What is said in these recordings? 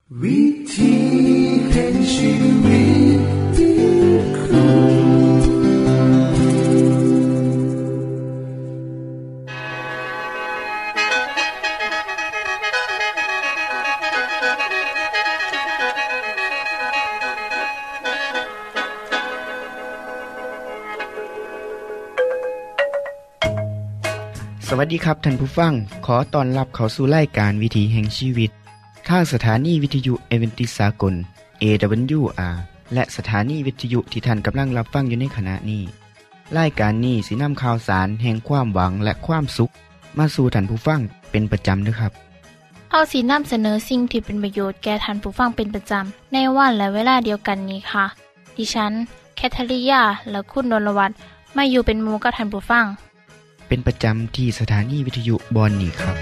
วิธีแห่งชีวิตที่คุณสวัสดีครับท่านผู้ฟังขอต้อนรับเข้าสู่รายการวิถีแห่งชีวิตทางสถานีวิทยุเอเวนติสากล AWR และสถานีวิทยุที่ท่านกำลังรับฟังอยู่ในขณะนี้รายการนี้สินำข่าวสารแห่งความหวังและความสุขมาสู่ท่านผู้ฟังเป็นประจำนะครับเฮาสินำเสนอสิ่งที่เป็นประโยชน์แก่ท่านผู้ฟังเป็นประจำในวันและเวลาเดียวกันนี้ค่ะดิฉันแคทริยาและคุณดลวัฒน์มาอยู่เป็นหมู่กับท่านผู้ฟังเป็นประจำที่สถานีวิทยุบอนนี่ครับ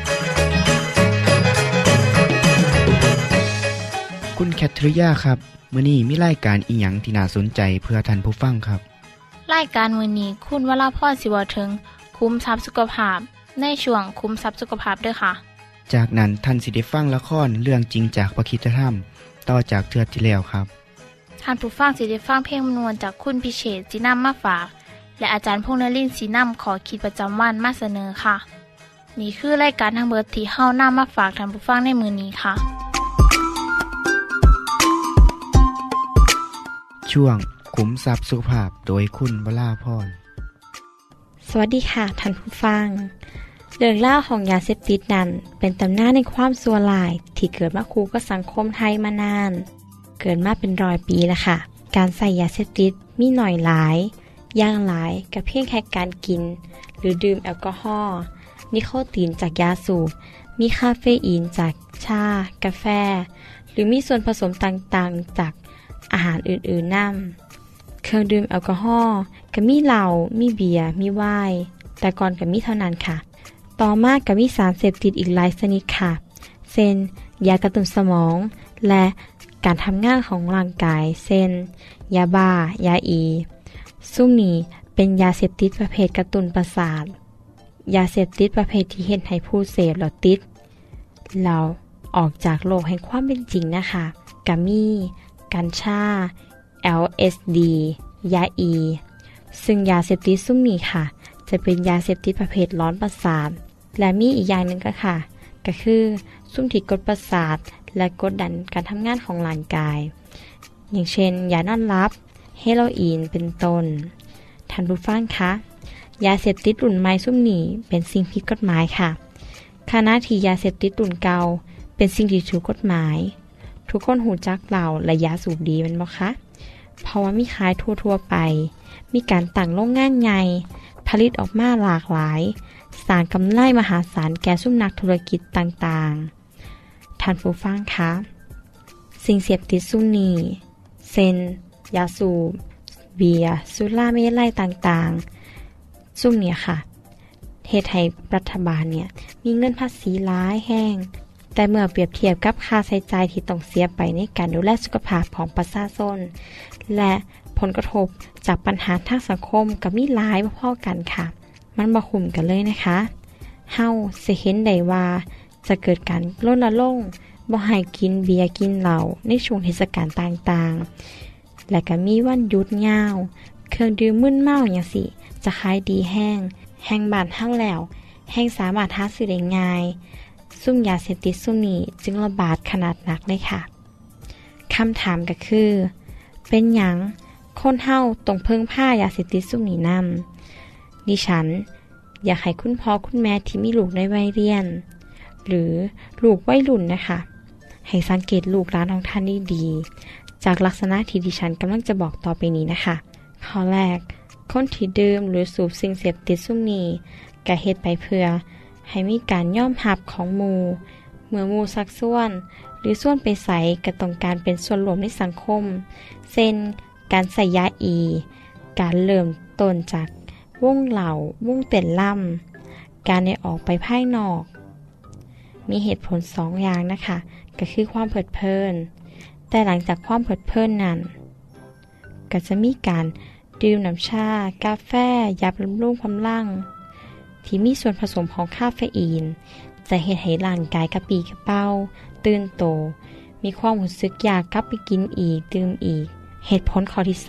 คุณแคทริยาครับมื้อนี้มีรายการอีหยังที่น่าสนใจเพื่อท่านผู้ฟังครับรายการมื้อนี้คุณวราพรสิเว้าถึงคุ้มทรัพย์สุขภาพในช่วงคุ้มทรัพย์สุขภาพด้วยค่ะจากนั้นท่านสิได้ฟังละครเรื่องจริงจากพระคริสตธรรมต่อจากเทื่อที่แล้วครับท่านผู้ฟังสิได้ฟังเพลงนวลจากคุณพิเชษฐ์สินำมาฝากและอาจารย์พงษ์นฤมลศรีนำขอคิดประจำวันมาเสนอค่ะนี่คือรายการทั้งเบิดที่เฮานำมาฝากท่านผู้ฟังในมื้อนี้ค่ะช่วงขุมทรัพย์สุขภาพโดยคุณวราพรสวัสดีค่ะท่านผู้ฟังเรื่องเล่าของยาเสพติดนั้นเป็นตำนานในความชั่วร้ายที่เกิดมาคู่กับสังคมไทยมานานเกิดมาเป็นร้อยปีแล้วค่ะการใส่ยาเสพติดมีหน่อยหลายอย่างหลายกับเพียงแค่การกินหรือดื่มแอลกอฮอล์นิโคตินจากยาสูบมีคาเฟอีนจากชากาแฟหรือมีส่วนผสมต่างๆจากอาหารอื่นๆนั่นเครื่องดื่มแอลกอฮอล์ก็มีเหล้ามีเบียร์มีไวน์แต่ก่อนก็มีเท่านั้นค่ะต่อมาก็มีสารเสพติดอีกหลายชนิดค่ะเช่นยากระตุ้นสมองและการทำงานของร่างกายเช่นยาบ้ายาอีซุ่มนี้เป็นยาเสพติดประเภทกระตุ้นประสาทยาเสพติดประเภทที่เฮ็ดให้ผู้เสพแล้วติดเราออกจากโลกแห่งความเป็นจริงนะคะก็มีกัญชา LSD ยาอีซึ่งยาเสพติดซุ่มนี้ค่ะจะเป็นยาเสพติดประเภทร้อนประสาทและมีอีกอย่างหนึ่งก็คือซุ่มที่กดประสาทและกดดันการทำงานของร่างกายอย่างเช่นยานอนหลับเฮโรอีนเป็นต้นท่านผู้ฟังคะยาเสพติดรุ่นใหม่ซุ่มนี้เป็นสิ่งผิดกฎหมายค่ะขณะที่ยาเสพติดรุ่นเก่าเป็นสิ่งที่ถูกกฎหมายทุกคนหูจักเหล้าและยาสูบดีแม่นบ่คะเพราะว่ามีขายทั่วๆไปมีการตั้งโรงงานใหญ่ผลิตออกมาหลากหลายสร้างกำไรมหาศาลแก่ซุ่มนักธุรกิจต่างๆท่านผู้ฟังคะสิ่งเสพติดซุ่มนี้เช่นยาสูบเบียร์สุราเมลัยต่างๆซุ่มเนี่ยค่ะเฮ็ดให้รัฐบาลเนี่ยมีเงินภาษีหลายแห้งแต่เมื่อเปรียบเทียบกับค่าใช้จ่ายที่ต้องเสียไปในการดูแลสุขภาพของประชาชนและผลกระทบจากปัญหาทางสังคมก็มีหลายพอๆกันค่ะมันบ่คุ้มกันเลยนะคะเฮาสิเห็นได้ว่าจะเกิดการรณรงค์บ่ให้กินเบียร์กินเหล้าในช่วงเทศกาลต่างๆและก็มีวันหยุดยาวเครื่องดื่มมึนเมาอย่างสิจะขายดีแห้งบ้านเฮาแล้วแห้งสามารถหาซื้อได้ง่ายซุ่มยาเสพติดซุ่มนี้จึงระบาดขนาดหนักเลยค่ะคำถามก็คือเป็นหยังคนเฮาต้องพึ่งพายาเสพติดซุ่มนี้นำดิฉันอยากให้คุณพ่อคุณแม่ที่มีลูกในวัยเรียนหรือลูกวัยรุ่นนะคะให้สังเกตลูกหลานของท่านดีๆจากลักษณะที่ดิฉันกำลังจะบอกต่อไปนี้นะคะข้อแรกคนที่ดื่มหรือสูบสิ่งเสพติดซุ่มนี้ก็เฮ็ดไปเพื่อให้มีการยอมรับของหมู่เมื่อหมู่ซักซ้วนหรือส่วนไปใส่ก็ต้องการเป็นส่วนรวมในสังคมเช่นการใส่ยาอีการเริ่มต้นจากวงเหล่าวงเต้นล่ำการได้ออกไปภายนอกมีเหตุผล2อย่างนะคะก็คือความเพลิดเพลินแต่หลังจากความเพลิดเพลินนั้นก็จะมีการดื่มน้ำชากาแฟยาบำรุงกำลังที่มีส่วนผสมของคาเฟอีนจะเฮ็ดให้ร่างกายกระปรี้กระเปร่าตื่นโตมีความรู้สึกอยากกลับไปกินอีกดื่มอีกเหตุผลข้อที่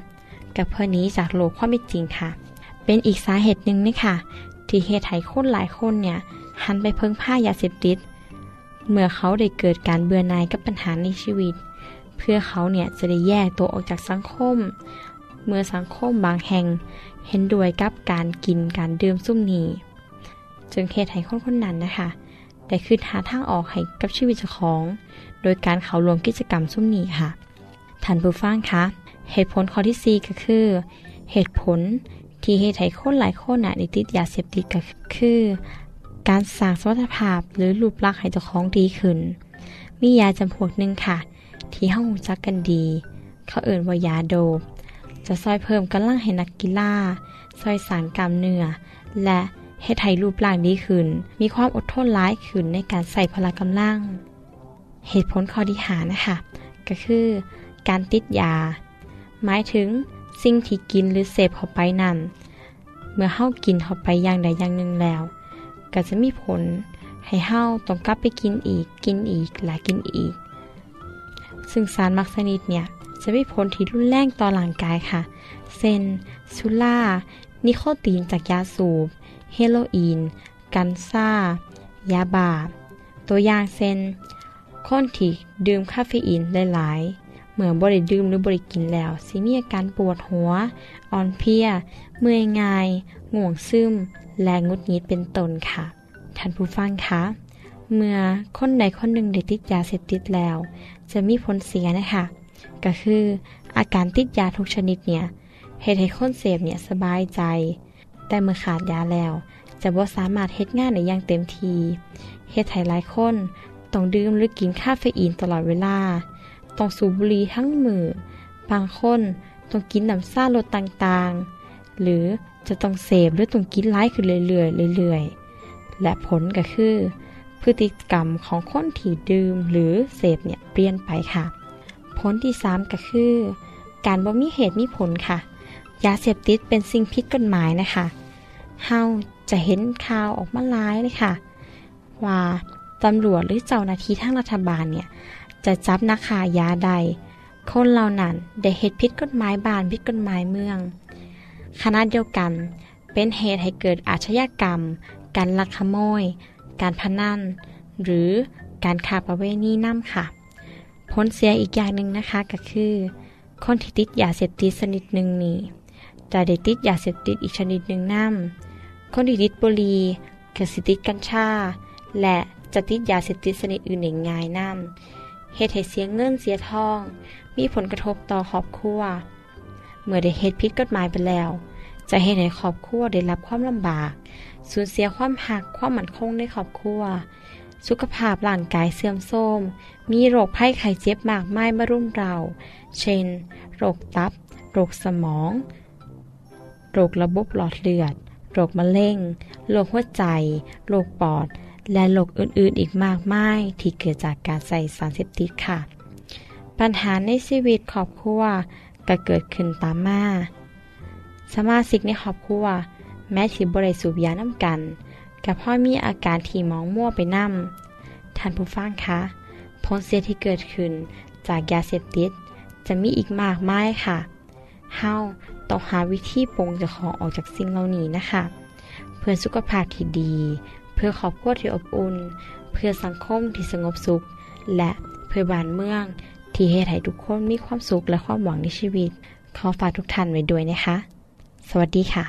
3กับเพื่อนี้จากโลกความเป็นจริงค่ะเป็นอีกสาเหตุหนึ่งนี่ค่ะที่เหตุให้คนหลายคนเนี่ยหันไปพึ่งพายาเสพติดเมื่อเขาได้เกิดการเบื่อหน่ายกับปัญหาในชีวิตเพื่อเขาเนี่ยจะได้แยกตัวออกจากสังคมเมื่อสังคมบางแห่งเห็นด้วยกับการกินการดื่มซุ่มนี้จึงเหตุให้คนนั้นนะคะได้คิดหาทางออกให้กับชีวิตเจ้าของโดยการเข้าร่วมกิจกรรมซุ่มนี้ค่ะท่านผู้ฟังคะเหตุผลข้อที่4ก็คือเหตุผลที่เหตุให้คนหลายคนได้ติดยาเสพติดก็คือการสร้างสมรรถภาพหรือรูปลักษณ์ให้เจ้าของดีขึ้นมียาจำพวกหนึ่งค่ะที่เฮารู้จักกันดีเขาเอ่ยว่ายาโดปจะช่วยเพิ่มกำลังให้นักกีฬาช่วยสร้างกล้ามเนื้อและเฮ็ดให้รูปร่างดีขึ้นมีความอดทนหลายขึ้นในการใส่พละกำลังเหตุผลข้อที่5นะคะก็คือการติดยาหมายถึงสิ่งที่กินหรือเสพเข้าไปนั้นเมื่อเฮากินเข้าไปอย่างใดอย่างหนึ่งแล้วก็จะมีผลให้เฮาต้องกลับไปกินอีกและกินอีกซึ่งสารมักชนิดเนี่ยจะมีผลที่รุนแรงต่อร่างกายค่ะเช่นสุรานิโคตินจากยาสูบเฮโรอีนกัญชายาบ้าตัวอย่างเช่นคนที่ดื่มคาเฟอีนหลายๆเมื่อบ่ได้ดื่มหรือบ่ได้กินแล้วสิมีอาการปวดหัวอ่อนเพลียเมื่อยง่ายง่วงซึมและหงุดหงิดเป็นต้นค่ะท่านผู้ฟังคะเมื่อคนใดคนหนึ่งได้ติดยาเสพติดแล้วจะมีผลเสียนะคะก็คืออาการติดยาทุกชนิดเนี่ยเฮ็ดให้คนเสพเนี่ยสบายใจแต่เมื่อขาดยาแล้วจะบ่สามารถเฮ็ดงานได้อย่างเต็มที่เฮ็ดให้หลายคนต้องดื่มหรือกินคาเฟอีนตลอดเวลาต้องสูบบุหรี่ทั้งมื้อบางคนต้องกินน้ำซ่ารสต่างๆหรือจะต้องเสพหรือต้องกินหลายขึ้นเรื่อยๆและผลก็คือพฤติกรรมของคนที่ดื่มหรือเสพเนี่ยเปลี่ยนไปค่ะผลที่3ก็คือการบ่มีเหตุมีผลค่ะยาเสพติดเป็นสิ่งผิดกฎหมายนะคะเฮาจะเห็นข่าวออกมาหลายเลยค่ะว่าตำรวจหรือเจ้าหน้าที่ทางรัฐบาลเนี่ยจะจับนักค้ายาใดคนเหล่านั้นได้เฮ็ดผิดกฎหมายบ้านผิดกฎหมายเมืองขณะเดียวกันเป็นเหตุให้เกิดอาชญากรรมการลักขโมยการพนันหรือการค้าประเวณีนำค่ะผลเสียอีกอย่างหนึ่งนะคะก็คือคนที่ติดยาเสพติดชนิดหนึ่งนี้จะได้ติดยาเสพติดอีกชนิดหนึ่งนำคนที่ติดบุหรี่ก็สิติดกัญชาและจะติดยาเสพติดชนิดอื่นได้ง่ายนำเฮ็ดให้เสียเงินเสียทองมีผลกระทบต่อครอบครัวเมื่อได้เฮ็ดผิดกฎหมายไปแล้วจะเฮ็ดให้ครอบครัวได้รับความลำบากสูญเสียความหักความมั่นคงในครอบครัวสุขภาพร่างกายเสื่อมโทรมมีโรคภัยไข้เจ็บมากมายมารุมเราเช่นโรคตับโรคสมองโรคระบบหลอดเลือดโรคมะเร็งโรคหัวใจโรคปอดและโรคอื่นๆอีกมากมายที่เกิดจากการใส่สารเสพติดค่ะปัญหาในชีวิตครอบครัวก็เกิดขึ้นตามมาสมาชิกในครอบครัวแม้สิบ่ได้สูบยาน้ำกันกับพ่อมีอาการที่มองมั่วไปนำท่านผู้ฟังคะผลเสียที่เกิดขึ้นจากยาเสพติดจะมีอีกมากมายค่ะเฮาต้องหาวิธีปลงเจ้าของออกจากสิ่งเหล่านี้นะคะเพื่อสุขภาพที่ดีเพื่อครอบครัวที่อบอุ่นเพื่อสังคมที่สงบสุขและเพื่อบ้านเมืองที่เฮ็ดให้ทุกคนมีความสุขและความหวังในชีวิตขอฝากทุกท่านไว้ด้วยนะคะสวัสดีค่ะ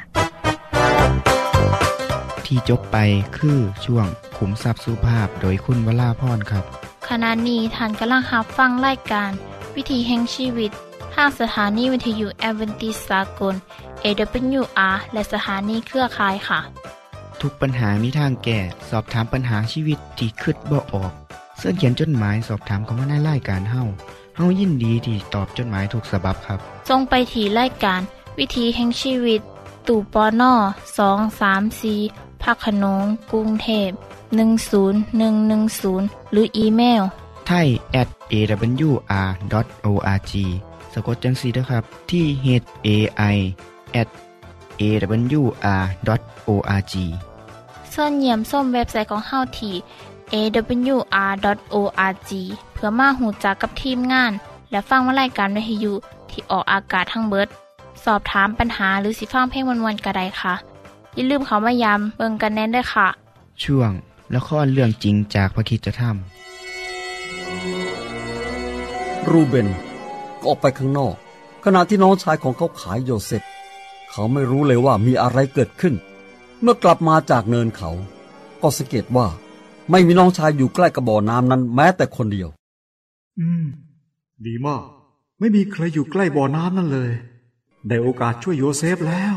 ที่จบไปคือช่วงขุมทรัพย์สุภาพโดยคุณวราพรครับขณะนี้ท่านกำลังรับฟังรายการวิถีแห่งชีวิตทางสถานีวิทยุแอดเวนทิสต์สากล AWR และสถานีเครือข่ายค่ะทุกปัญหามีทางแก้สอบถามปัญหาชีวิตที่คิดบ่ออกเสิร์ชเขียนจดหมายสอบถามเข้ามาในรายการเฮายินดีที่ตอบจดหมายทุกฉบับครับส่งไปที่รายการวิถีแห่งชีวิตตู้ปน234พักขนงกรุงเทพ10110หรืออีเมล thai@awr.org สะกดจังซี่เด้อครับที่ hai@awr.org ส่วนเยี่ยมส้มเว็บไซต์ของเฮาที่ awr.org เพื่อมาหูจักกับทีมงานและฟังวารายการวิทยุที่ออกอากาศทั้งเบิดสอบถามปัญหาหรือสิฟังเพลงม่วนๆก็ได้ค่ะอย่าลืมเข้ามายามเบิ่งกันแน่นด้วยค่ะช่วงละครเรื่องจริงจากพระคริสตธรรมรูเบนก็ออกไปข้างนอกขณะที่น้องชายของเขาขายโยเซฟเขาไม่รู้เลยว่ามีอะไรเกิดขึ้นเมื่อกลับมาจากเนินเขาก็สังเกตว่าไม่มีน้องชายอยู่ใกล้กับบ่อน้ำนั้นแม้แต่คนเดียวดีมากไม่มีใครอยู่ใกล้บ่อน้ำนั่นเลยได้โอกาสช่วยโยเซฟแล้ว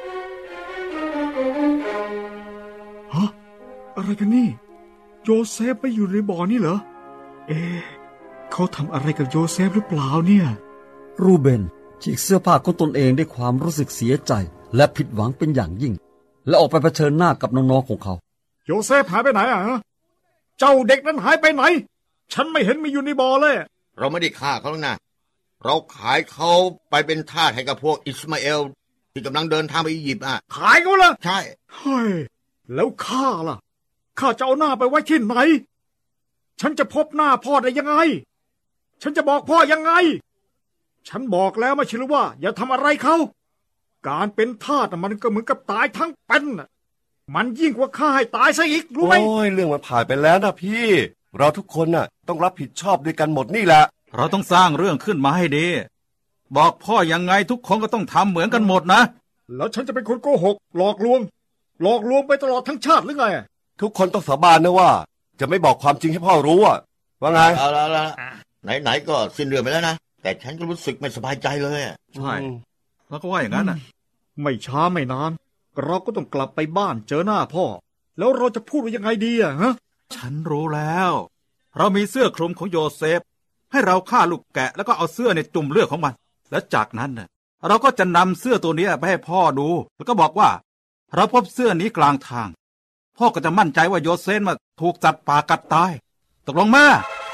ฮะอะไรกันนี่โยเซฟไปอยู่ในบ่อนี่เหรอเขาทำอะไรกับโยเซฟหรือเปล่าเนี่ยรูเบนฉีกเสื้อผ้าของตนเองด้วยความรู้สึกเสียใจและผิดหวังเป็นอย่างยิ่งและออกไปเผชิญหน้ากับน้องๆของเขาโยเซฟหายไปไหนอ่ะเจ้าเด็กนั้นหายไปไหนฉันไม่เห็นมีอยู่ในบ่อเลยเราไม่ได้ฆ่าเขาหรอกนะเราขายเขาไปเป็นทาสให้กับพวกอิสมาเอลที่กำลังเดินทางไปอียิปต์ขายเขาเหรอใช่เฮ้ยแล้วข้าล่ะข้าจะเอาหน้าไปไว้ที่ไหนฉันจะพบหน้าพ่อได้ยังไงฉันจะบอกพ่อยังไงฉันบอกแล้วไม่ใช่หรือว่าอย่าทำอะไรเขาการเป็นทาสมันก็เหมือนกับตายทั้งเป็นมันยิ่งกว่าฆ่าให้ตายซะอีกรู้ไหมโอ้ยเรื่องมันผ่านไปแล้วนะพี่เราทุกคนน่ะต้องรับผิดชอบด้วยกันหมดนี่แหละเราต้องสร้างเรื่องขึ้นมาให้ดีบอกพ่อยังไงทุกคนก็ต้องทำเหมือนกันหมดนะแล้วฉันจะเป็นคนโกหกหลอกลวงไปตลอดทั้งชาติหรือไงทุกคนต้องสาบานนะว่าจะไม่บอกความจริงให้พ่อรู้ว่าไงเอาละไหนก็สิ้นเรื่องไปแล้วนะแต่ฉันก็รู้สึกไม่สบายใจเลยใช่แล้วก็ว่าอย่างนั้นไม่ช้าไม่นานเราก็ต้องกลับไปบ้านเจอหน้าพ่อแล้วเราจะพูดว่ายังไงดีฮะฉันรู้แล้วเรามีเสื้อคลุมของโยเซฟให้เราฆ่าลูกแกะแล้วก็เอาเสื้อในจุ่มเลือดของมันแล้วจากนั้นเราก็จะนำเสื้อตัวนี้ไปให้พ่อดูแล้วก็บอกว่าเราพบเสื้อนี้กลางทางพ่อก็จะมั่นใจว่าโยเซฟมาถูกจัดป่ากัดตายตกลงมา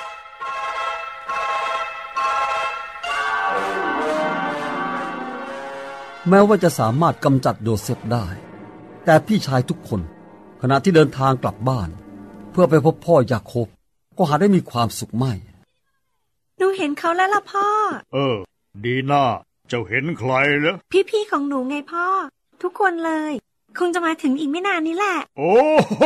แม้ว่าจะสามารถกำจัดโยเซฟได้แต่พี่ชายทุกคนขณะที่เดินทางกลับบ้านเพื่อไปพบพ่อยาโคบก็หาได้มีความสุขไม่หนูเห็นเขาแล้วล่ะพ่อดีน่าเจ้าเห็นใครเหรอพี่ๆของหนูไงพ่อทุกคนเลยคงจะมาถึงอีกไม่นานนี้แหละโอ้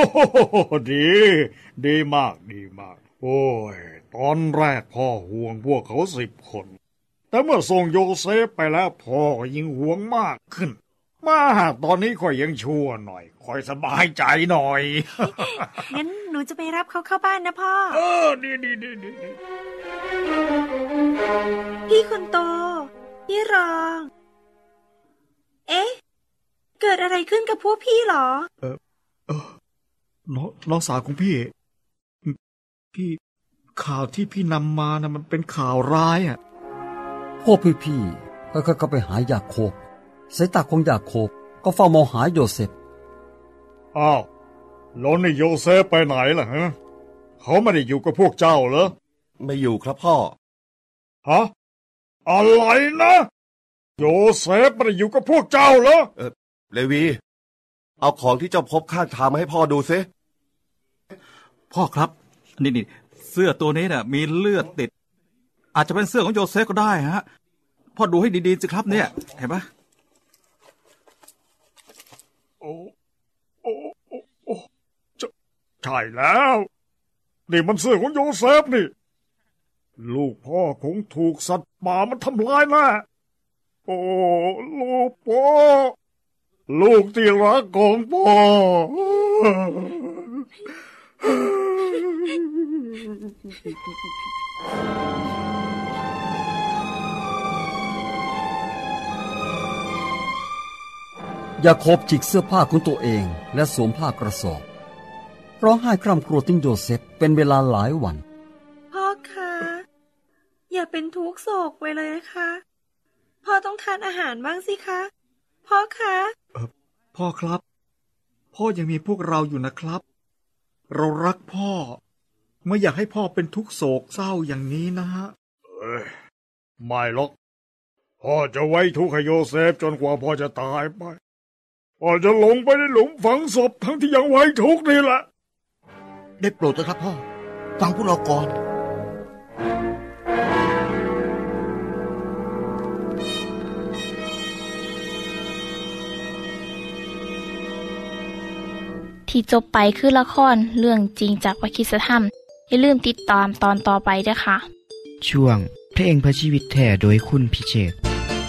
ดีมากโอ้ยตอนแรกพ่อห่วงพวกเขา10 คนแต่เมื่อส่งโยเซฟไปแล้วพ่อก็ยิ่งห่วงมากขึ้นมาตอนนี้ค่อยยังชั่วหน่อยค่อยสบายใจหน่อยงั้นหนูจะไปรับเขาเข้าบ้านนะพ่อดีพี่คนโตพี่รองเกิดอะไรขึ้นกับพวกพี่หรอน้องสาวของพี่ข่าวที่พี่นำมานะมันเป็นข่าวร้ายพวกพี่ก็เข้าไปหายาโคบสายตาของยาโคบก็เฝ้ามองหาโยเซฟอ้าวแล้วนี่โยเซฟไปไหนล่ะฮะเขาไม่ได้อยู่กับพวกเจ้าเหรอไม่อยู่ครับพ่อฮะอะไรนะโยเซฟไม่ได้อยู่กับพวกเจ้าเหรอเลวีเอาของที่เจ้าพบข้างทางมาให้พ่อดูซิพ่อครับนี่เสื้อตัวนี้มีเลือดติดอาจจะเป็นเสื้อของโยเซฟก็ได้ฮะพ่อดูให้ดีๆสิครับเนี่ยเห็นปะโอ้ใช่แล้วนี่มันเสื้อของโยเซฟนี่ลูกพ่อคงถูกสัตว์ป่ามันทำลายแน่โอ้ลูกพ่อลูกที่รักของพ่อยาโคบฉีกเสื้อผ้าของตัวเองและสวมผ้ากระสอบร้องไห้คร่ำครวญถึงโยเซฟเป็นเวลาหลายวันพ่อคะอย่าเป็นทุกข์โศกไปเลยนะคะพ่อต้องทานอาหารบ้างสิคะพ่อคะพ่อครับพ่อยังมีพวกเราอยู่นะครับเรารักพ่อไม่อยากให้พ่อเป็นทุกข์โศกเศร้าอย่างนี้นะฮะไม่หรอกพ่อจะไว้ทุกข์ให้โยเซฟจนกว่าพ่อจะตายไปพ่อจะลงไปในหลุมฝังศพทั้งที่ยังไว้ทุกข์นี่แหละได้โปรดเถอะครับพ่อฟังพวกเราก่อนที่จบไปคือละครเรื่องจริงจากวคิสธรรมอย่าลืมติดตามตอนต่อไปด้วยค่ะช่วงเพลงเพื่อชีวิตแท้โดยคุณพิเชษฐ์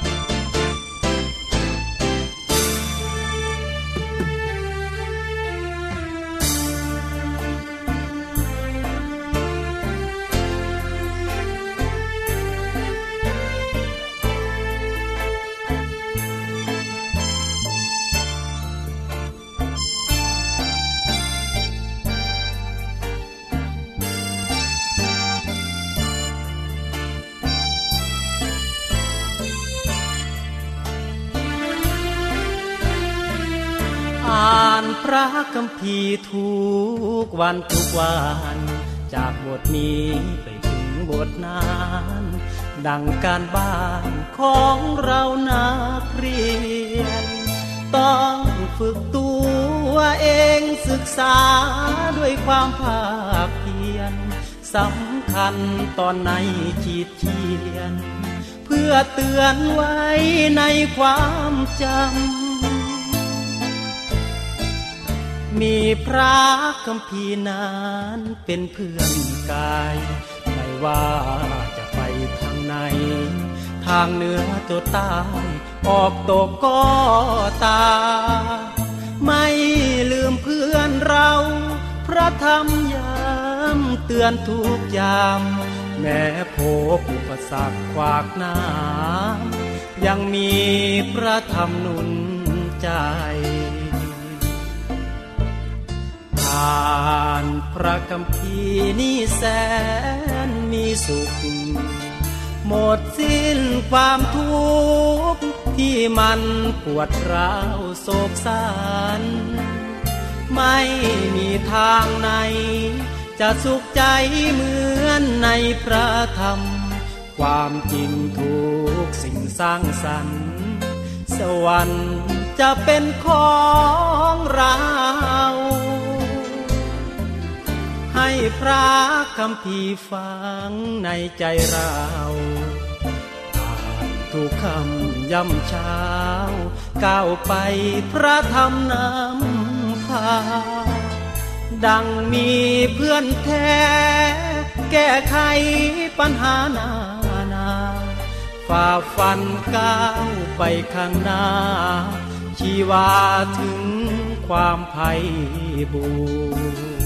อ่านพระคัมภีร์ทุกวันจากบทนี้ไปถึงบทนั้นดังการบ้านของเรานักเรียนต้องฝึกตัวเองศึกษาด้วยความภาคเพียรสำคัญตอนในขีดเขียนเพื่อเตือนไว้ในความจำมีพระคัมภีร์นั้นเป็นเพื่อนกายไม่ว่าจะไปทางไหนทางเหนือจดใต้ออกตกก็ตามไม่ลืมเพื่อนเราพระธรรมย้ำเตือนทุกยามแม้พบอุปสรรคขวากหน้ายังมีพระธรรมหนุนใจอ่านพระคัมภีร์นี้แสนมีสุขหมดสิ้นความทุกข์ที่มันปวดร้าวโศกสันไม่มีทางไหนจะสุขใจเหมือนในพระธรรมความจริงทุกสิ่งสร้างสรรค์สวรรค์จะเป็นของเราให้พระคัมภีร์ฟังในใจเราอ่านทุกคำย่ำเช้าก้าวไปพระธรรมนำพาดังมีเพื่อนแท้แก้ไขปัญหานาฝ่าฟันก้าวไปข้างหน้าชีวาถึงความไพบูรณ์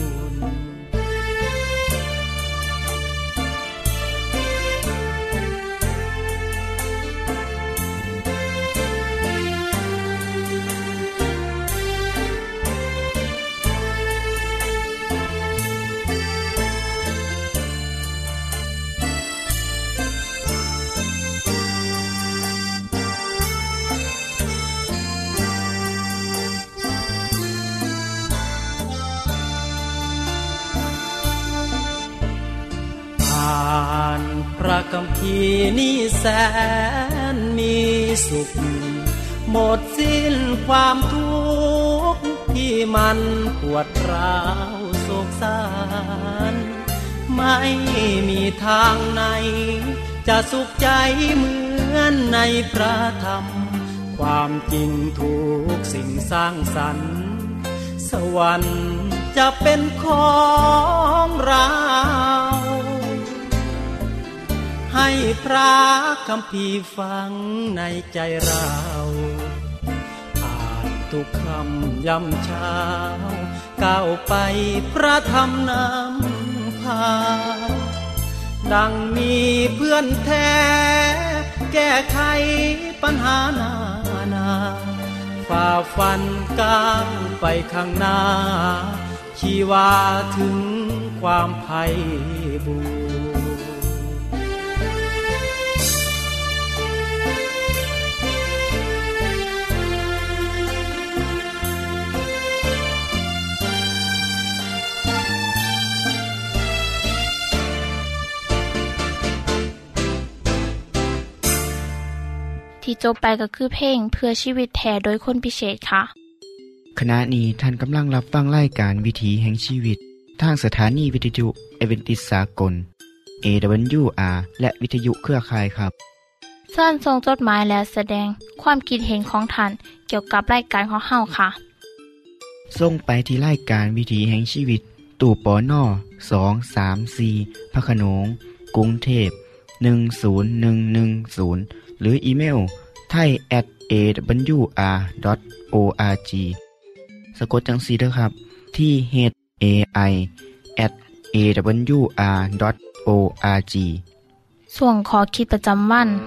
พระคัมภีร์นี้แสนมีสุขหมดสิ้นความทุกข์ที่มันปวดร้าวโศกสันไม่มีทางไหนจะสุขใจเหมือนในพระธรรมความจริงทุกสิ่งสร้างสรรค์สวรรค์จะเป็นของเราให้พระคัมภีร์ฟังในใจเราอ่านทุกคำย่ำเช้าก้าวไปพระธรรมนำพาดังมีเพื่อนแท้แก้ไขปัญหานาฝ่าฟันก้าวไปข้างหน้าชีวาถึงความไพบูรณ์ที่จบไปก็คือเพลงเพื่อชีวิตแท้โดยคนพิเศษค่ะขณะนี้ท่านกำลังรับฟังรายการวิถีแห่งชีวิตทางสถานีวิทยุเอเวนติสากล AWR และวิทยุเครือข่ายครับเชิญส่งจดหมายและแสดงความคิดเห็นของท่านเกี่ยวกับรายการของเฮาค่ะส่งไปที่รายการวิถีแห่งชีวิตตู้ปน234พระโขนงกรุงเทพ10110หรืออีเมล thai@awr.org สะกดจังซี่เด้อครับที่ thai@awr.org ส่วนขอคิดประจำวัน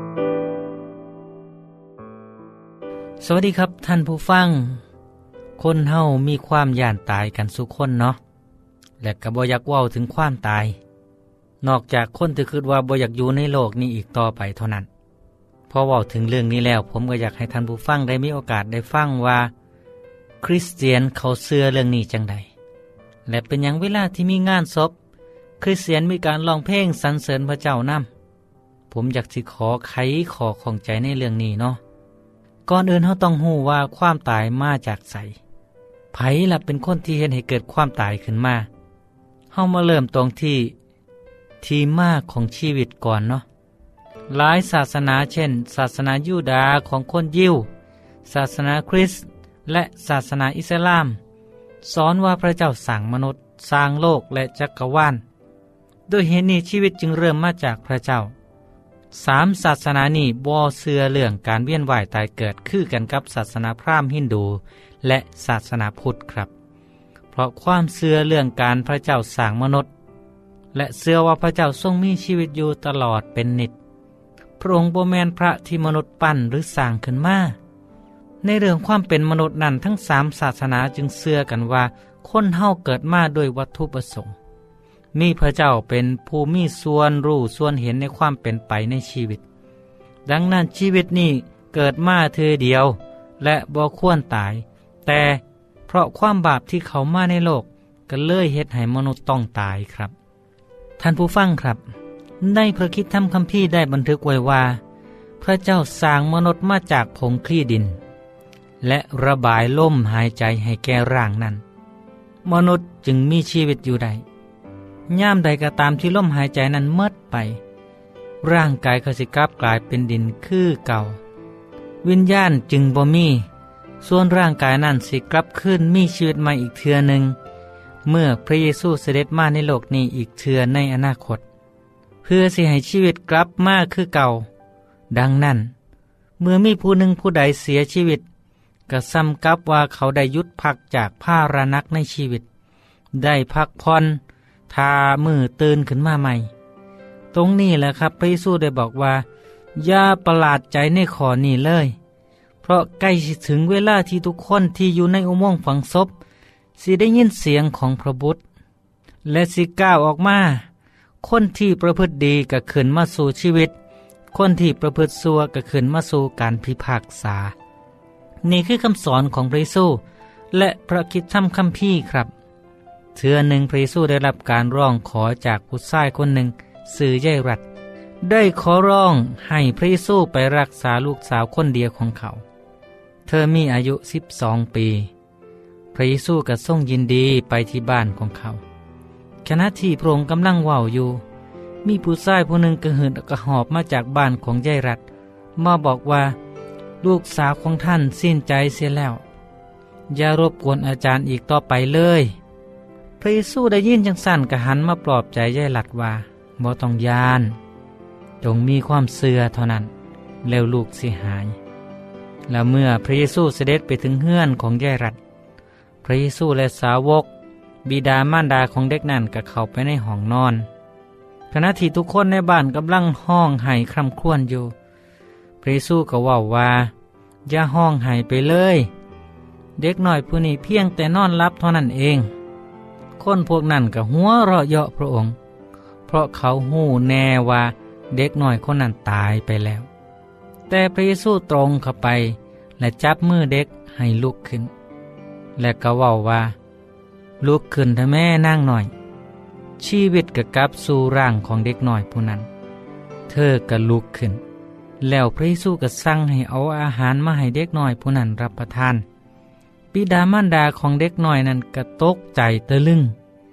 สวัสดีครับท่านผู้ฟังคนเฮามีความย่านตายกันสุคนเนาะและก็บ่อยากเว้าถึงความตายนอกจากคนที่คิดว่าบ่อยากอยู่ในโลกนี้อีกต่อไปเท่านั้นพอเว้าถึงเรื่องนี้แล้วผมก็อยากให้ท่านผู้ฟังได้มีโอกาสได้ฟังว่าคริสเตียนเขาเชื่อเรื่องนี้จังใดและเป็นหยังเวลาที่มีงานศพคริสเตียนมีการร้องเพลงสรรเสริญพระเจ้านำผมอยากสิขอไขข้อข้องใจในเรื่องนี้เนาะก่อนอื่นเฮาต้องรู้ว่าความตายมาจากไสไผล่ะเป็นคนที่เฮ็ดให้เกิดความตายขึ้นมาเฮามาเริ่มตรงที่มาของชีวิตก่อนเนาะหลายศาสนาเช่นศาสนายูดาห์ของคนยิวศาสนาคริสต์และศาสนาอิสลามสอนว่าพระเจ้าสร้างมนุษย์สร้างโลกและจักรวาลด้วยเหตุนี้ชีวิตจึงเริ่มมาจากพระเจ้า3ศาสนานี้บ่เชื่อเรื่องการเวียนว่ายตายเกิดคือกันกับศาสนาพราหมณ์ฮินดูและศาสนาพุทธครับเพราะความเชื่อเรื่องการพระเจ้าสร้างมนุษย์และเชื่อว่าพระเจ้าทรงมีชีวิตอยู่ตลอดเป็นนิจพระองค์บ่แม่นพระที่มนุษย์ปั้นหรือสร้างขึ้นมาในเรื่องความเป็นมนุษย์นั้นทั้ง3ศาสนาจึงเชื่อกันว่าคนเฮาเกิดมาด้วยวัตถุประสงค์มีพระเจ้าเป็นผู้มีส่วนรู้ส่วนเห็นในความเป็นไปในชีวิตดังนั้นชีวิตนี้เกิดมาเธอเดียวและบ่ควรตายแต่เพราะความบาปที่เขามาในโลกก็เลยเฮ็ดให้มนุษย์ต้องตายครับท่านผู้ฟังครับในพระคริสตธรรมคัมภีร์ได้บันทึกไว้ว่าพระเจ้าสร้างมนุษย์มาจากผงคลี่ดินและระบายลมหายใจให้แก่ร่างนั้นมนุษย์จึงมีชีวิตอยู่ได้ยามใดก็ตามที่ลมหายใจนั้นหมดไปร่างกายก็สิกลับกลายเป็นดินคือเก่าวิญญาณจึงบ่มีส่วนร่างกายนั้นสิกลับคืนมีชีวิตใหม่อีกเทื่อหนึ่งเมื่อพระเยซูเสด็จมาในโลกนี้อีกเทื่อในอนาคตเพื่อสิให้ชีวิตกลับมาคือเก่าดังนั้นเมื่อมีผู้หนึ่งผู้ใดเสียชีวิตก็ซ้ำกับว่าเขาได้หยุดพักจากภาระหนักในชีวิตได้พักผ่อนทามือตื่นขึ้นมาใหม่ตรงนี้แหละครับพระเยซูได้บอกว่าอย่าประหลาดใจในข้อนี้เลยเพราะใกล้ถึงเวลาที่ทุกคนที่อยู่ในอุโมงค์ฝังศพสิได้ยินเสียงของพระบุตรและสิก้าวออกมาคนที่ประพฤติดีก็ขึ้นมาสู่ชีวิตคนที่ประพฤติชั่วก็ขึ้นมาสู่การพิพากษานี่คือคำสอนของพระเยซูและพระคริสตธรรมคัมภีร์ครับเทื่อหนึ่งพระเยซูได้รับการร้องขอจากผู้ชายคนหนึ่งชื่อยายรัตได้ขอร้องให้พระเยซูไปรักษาลูกสาวคนเดียวของเขาเธอมีอายุ12 ปีพระเยซูก็ทรงยินดีไปที่บ้านของเขาขณะที่พระองค์กำลังเว้าอยู่มีผู้ชายผู้หนึ่งกระหืดกระหอบมาจากบ้านของยายรัตมาบอกว่าลูกสาวของท่านสิ้นใจเสียแล้วอย่ารบกวนอาจารย์อีกต่อไปเลยพระเยซูได้ยินจังสั่นก็หันมาปลอบใจยายรัตว่าบ่ต้องย้านจงมีความเชื่อเท่านั้นแล้วลูกสิหายแล้วเมื่อพระเยซูเสด็จไปถึงเฮือนของยายรัตพระเยซูและสาวกบิดามารดาของเด็กนั้นก็เข้าไปในห้องนอนขณะที่ทุกคนในบ้านกำลังห้องไห้คร่ำครวญอยู่พระเยซูก็ว่าอย่าห้องไห้ไปเลยเด็กน้อยผู้นี้เพียงแต่นอนหลับเท่านั้นเองคนพวกนั้นก็หัวเราะเยาะพระองค์เพราะเขาหู้แน่ว่าเด็กน้อยคนนั้นตายไปแล้วแต่พระเยซูตรงเข้าไปและจับมือเด็กให้ลุกขึ้นและก็ว่าลุกขึ้นเถอะแม่นางหน่อยชีวิตก็กลับสู่ร่างของเด็กน้อยผู้นั้นเธอก็ลุกขึ้นแล้วพระเยซูก็สั่งให้เอาอาหารมาให้เด็กน้อยผู้นั้นรับประทานบิดามารดาของเด็กน้อยนั้นก็ตกใจตะลึง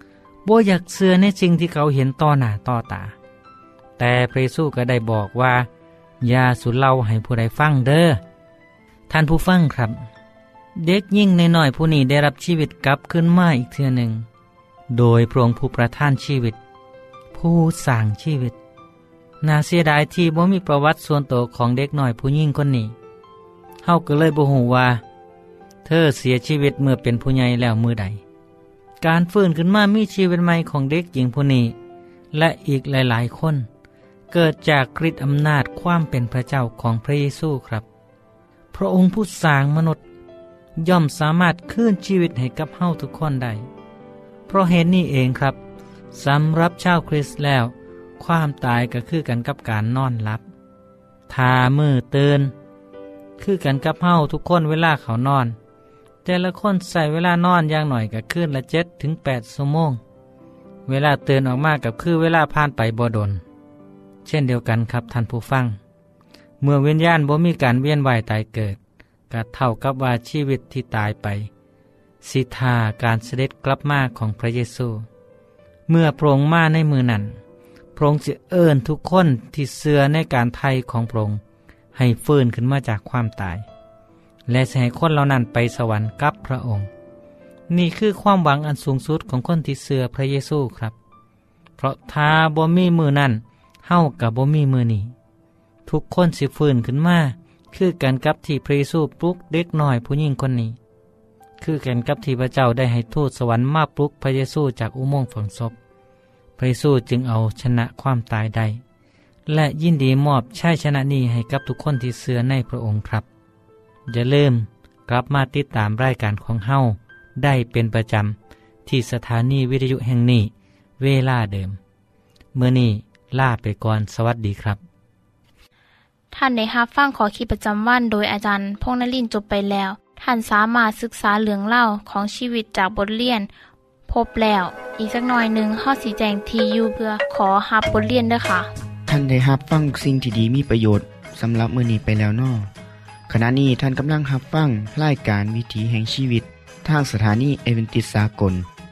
บ่อยากเชื่อในสิ่งที่เขาเห็นต่อหน้าต่อตาแต่พระเยซูก็ได้บอกว่าอย่าสุเล่าให้ผู้ใดฟังเด้อท่านผู้ฟังครับเด็กยิ่งน้อยๆผู้นี้ได้รับชีวิตกลับขึ้นมาอีกเทื่อหนึ่งโดยพระองค์ผู้ประทานชีวิตผู้สร้างชีวิตน่าเสียดายที่บ่มีประวัติส่วนตัวของเด็กน้อยผู้หญิงคนนี้เฮาก็เลยบ่ฮู้ว่าเธอเสียชีวิตเมื่อเป็นผู้ใหญ่แล้วมื้อใดการฟื้นขึ้นมามีชีวิตใหม่ของเด็กหญิงผู้นี้และอีกหลายๆคนเกิดจากฤทธิ์อำนาจความเป็นพระเจ้าของพระเยซูครับพระองค์ผู้สร้างมนุษย์ย่อมสามารถคืนชีวิตให้กับเฮาทุกคนได้เพราะเหตุนี้เองครับสำหรับชาวคริสต์แล้วความตายก็คือกันกับการนอนหลับทามือตื่นคือกันกับเฮาทุกคนเวลาเขานอนแต่ละคนใส่เวลานอนอย่างหน่อยก็คืนละ7 ถึง 8 ชั่วโมงเวลาตื่นออกมากับคือเวลาผ่านไปบ่ดนเช่นเดียวกันครับท่านผู้ฟังเมื่อวิญญาณบ่มีการเวียนว่ายตายเกิดก็เท่ากับว่าชีวิตที่ตายไปสิทาการเสด็จกลับมาของพระเยซูเมื่อพระองค์มาในมือนั้นพระองค์จะเอิ้นทุกคนที่เชื่อในการไถ่ของพระองค์ให้ฟื้นขึ้นมาจากความตายและจะให้คนเหล่านั้นไปสวรรค์กับพระองค์นี่คือความหวังอันสูงสุดของคนที่เชื่อพระเยซูครับเพราะถ้าบ่มีมือนั้นเฮากับบ่มีมือนี้ทุกคนสิฟื้นขึ้นมาคือกันกับที่พระเยซูปลุกเด็กน้อยผู้หญิงคนนี้คือกันกับที่พระเจ้าได้ให้ทูตสวรรค์มาปลุกพระเยซูจากอุโมงค์ฝังศพพระเยซูจึงเอาชนะความตายได้และยินดีมอบชัยชนะนี้ให้กับทุกคนที่เชื่อในพระองค์ครับอย่าลืมกลับมาติดตามรายการของเฮาได้เป็นประจำที่สถานีวิทยุแห่งนี้เวลาเดิมมื้อนี้ลาไปก่อนสวัสดีครับท่านได้รับฟังขอคิดประจำวันโดยอาจารย์พงษ์นฤมลจบไปแล้วท่านสามารถศึกษาเรื่องเล่าของชีวิตจากบทเรียนพบแล้วอีกสักหน่อยหนึ่งข้อสีแจงทีอยู่เพื่อขอรับบทเรียนด้วยค่ะท่านได้รับฟังสิ่งที่ดีมีประโยชน์สำหรับมื้อนี้ไปแล้วน้อขณะนี้ท่านกำลังรับฟังรายการวิถีแห่งชีวิตทางสถานีเอเวนติสากล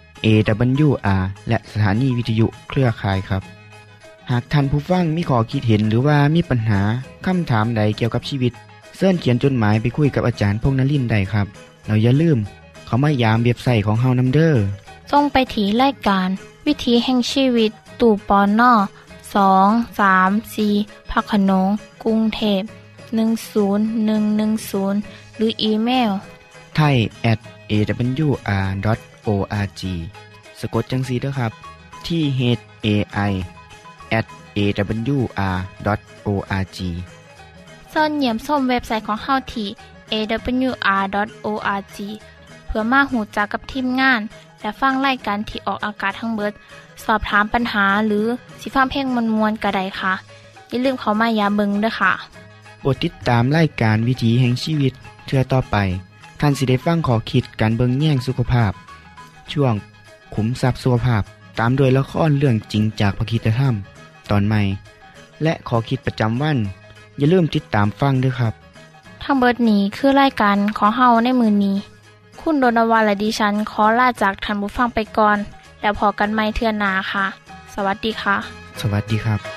AWR และสถานีวิทยุเครือข่ายครับหากท่านผู้ฟังมีข้อคิดเห็นหรือว่ามีปัญหาคำถามใดเกี่ยวกับชีวิตเชิญเขียนจดหมายไปคุยกับอาจารย์พงษ์นฤมลได้ครับเราอย่าลืมเขามายามเว็บไซต์ของเฮานำเด้อส่งไปที่รายการวิถีแห่งชีวิตตู่ปน234พระโขนงกรุงเทพ10110หรืออีเมล thai@awr.org สะกดจังซี่เด้อครับที่ thai@awr.org ส่วนเยี่ยมชมเว็บไซต์ของเฮาที่ awr.org เพื่อมาหูจักกับทีมงานและฟังรายการที่ออกอากาศทั้งเบิดสอบถามปัญหาหรือสิฟังเพลงมวลๆก็ได้ค่ะอย่าลืมเข้ามายามเบิ่งด้วยค่ะโปรดติดตามรายการวิถีแห่งชีวิตเทื่อต่อไปท่านสิได้ฟังข้อคิดการเบิ่งแย่งสุขภาพช่วงขุมทรัพย์สุขภาพตามโดยละครเรื่องจริงจากพระคริสตธรรมตอนใหม่และข้อคิดประจำวันอย่าลืมติดตามฟังด้วยครับทั้งเบิดนี้คือรายการของเฮาในมื้อนี้คุณโดนวาและดิฉันขอลาจากท่านผู้ฟังไปก่อนแล้วพอกันใหม่เทื่อหน้าค่ะสวัสดีค่ะสวัสดีครับ